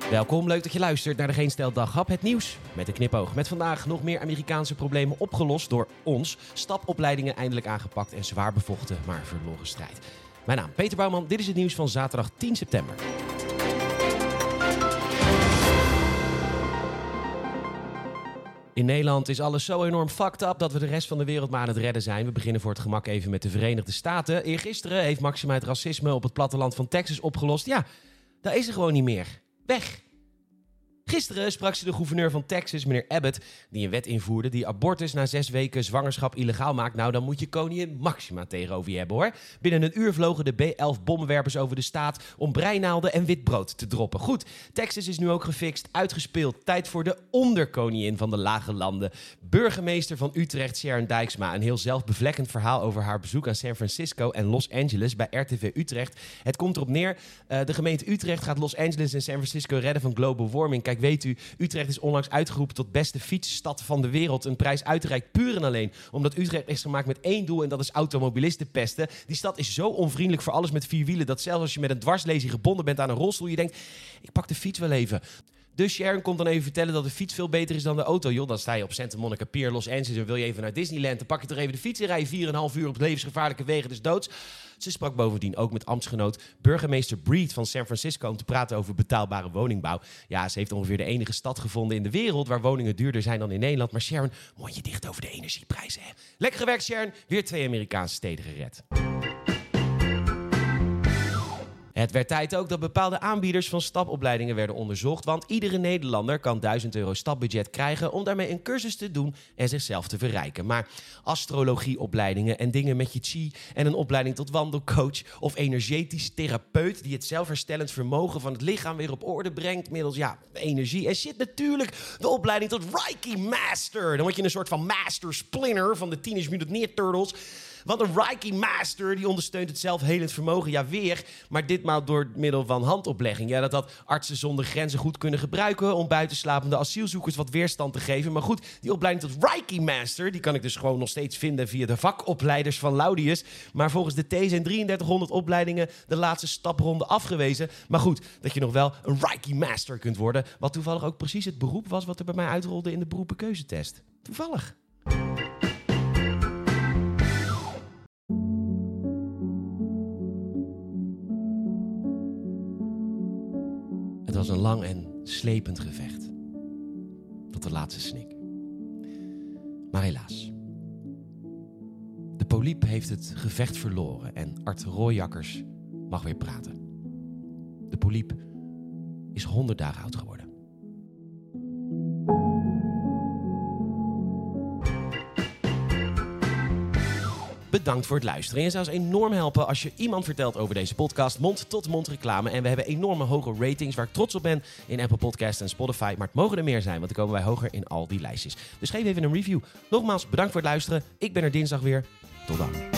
Welkom, leuk dat je luistert naar de Geen Stel Dag Hap, het nieuws met een knipoog. Met vandaag nog meer Amerikaanse problemen opgelost door ons. Stapopleidingen eindelijk aangepakt en zwaar bevochten, maar verloren strijd. Mijn naam Peter Bouwman, dit is het nieuws van zaterdag 10 september. In Nederland is alles zo enorm fucked up dat we de rest van de wereld maar aan het redden zijn. We beginnen voor het gemak even met de Verenigde Staten. Eergisteren heeft Maxima het racisme op het platteland van Texas opgelost. Ja, daar is er gewoon niet meer. Weg! Gisteren sprak ze de gouverneur van Texas, meneer Abbott, die een wet invoerde die abortus na 6 weken zwangerschap illegaal maakt. Nou, dan moet je koningin Maxima tegenover je hebben, hoor. Binnen een uur vlogen de B-11 bommenwerpers over de staat om breinaalden en witbrood te droppen. Goed, Texas is nu ook gefixt, uitgespeeld. Tijd voor de onderkoningin van de lage landen. Burgemeester van Utrecht, Sharon Dijksma. Een heel zelfbevlekkend verhaal over haar bezoek aan San Francisco en Los Angeles bij RTV Utrecht. Het komt erop neer, de gemeente Utrecht gaat Los Angeles en San Francisco redden van global warming. Kijk, weet u, Utrecht is onlangs uitgeroepen tot beste fietsstad van de wereld. Een prijs uitgereikt puur en alleen omdat Utrecht is gemaakt met één doel en dat is automobilisten pesten. Die stad is zo onvriendelijk voor alles met 4 wielen dat zelfs als je met een dwarslesie gebonden bent aan een rolstoel, je denkt, ik pak de fiets wel even. Dus Sharon komt dan even vertellen dat de fiets veel beter is dan de auto. Joh, dan sta je op Santa Monica Pier, Los Angeles en wil je even naar Disneyland. Dan pak je toch even de fiets en rij je 4,5 uur op levensgevaarlijke wegen des doods. Ze sprak bovendien ook met ambtsgenoot burgemeester Breed van San Francisco om te praten over betaalbare woningbouw. Ja, ze heeft ongeveer de enige stad gevonden in de wereld waar woningen duurder zijn dan in Nederland. Maar Sharon, mondje dicht over de energieprijzen, hè? Lekker gewerkt, Sharon. Weer 2 Amerikaanse steden gered. Het werd tijd ook dat bepaalde aanbieders van stapopleidingen werden onderzocht, want iedere Nederlander kan €1000 stapbudget krijgen om daarmee een cursus te doen en zichzelf te verrijken. Maar astrologieopleidingen en dingen met je chi en een opleiding tot wandelcoach of energetisch therapeut die het zelfherstellend vermogen van het lichaam weer op orde brengt middels energie. En shit, natuurlijk de opleiding tot Reiki Master. Dan word je een soort van Master Splinter van de Teenage Mutant Ninja Turtles. Want een Reiki Master die ondersteunt het zelfhelend vermogen. Ja, weer, maar ditmaal door middel van handoplegging. Ja, dat had artsen zonder grenzen goed kunnen gebruiken om buitenslapende asielzoekers wat weerstand te geven. Maar goed, die opleiding tot Reiki Master, die kan ik dus gewoon nog steeds vinden via de vakopleiders van Laudius. Maar volgens de T zijn 3300 opleidingen de laatste stapronde afgewezen. Maar goed, dat je nog wel een Reiki Master kunt worden. Wat toevallig ook precies het beroep was wat er bij mij uitrolde in de beroepenkeuzetest. Toevallig. Het was een lang en slepend gevecht. Tot de laatste snik. Maar helaas. De poliep heeft het gevecht verloren en Art Rooijakkers mag weer praten. De poliep is 100 dagen oud geworden. Bedankt voor het luisteren. En je zou ons enorm helpen als je iemand vertelt over deze podcast. Mond-tot-mond reclame. En we hebben enorme hoge ratings waar ik trots op ben in Apple Podcasts en Spotify. Maar het mogen er meer zijn, want dan komen wij hoger in al die lijstjes. Dus geef even een review. Nogmaals, bedankt voor het luisteren. Ik ben er dinsdag weer. Tot dan.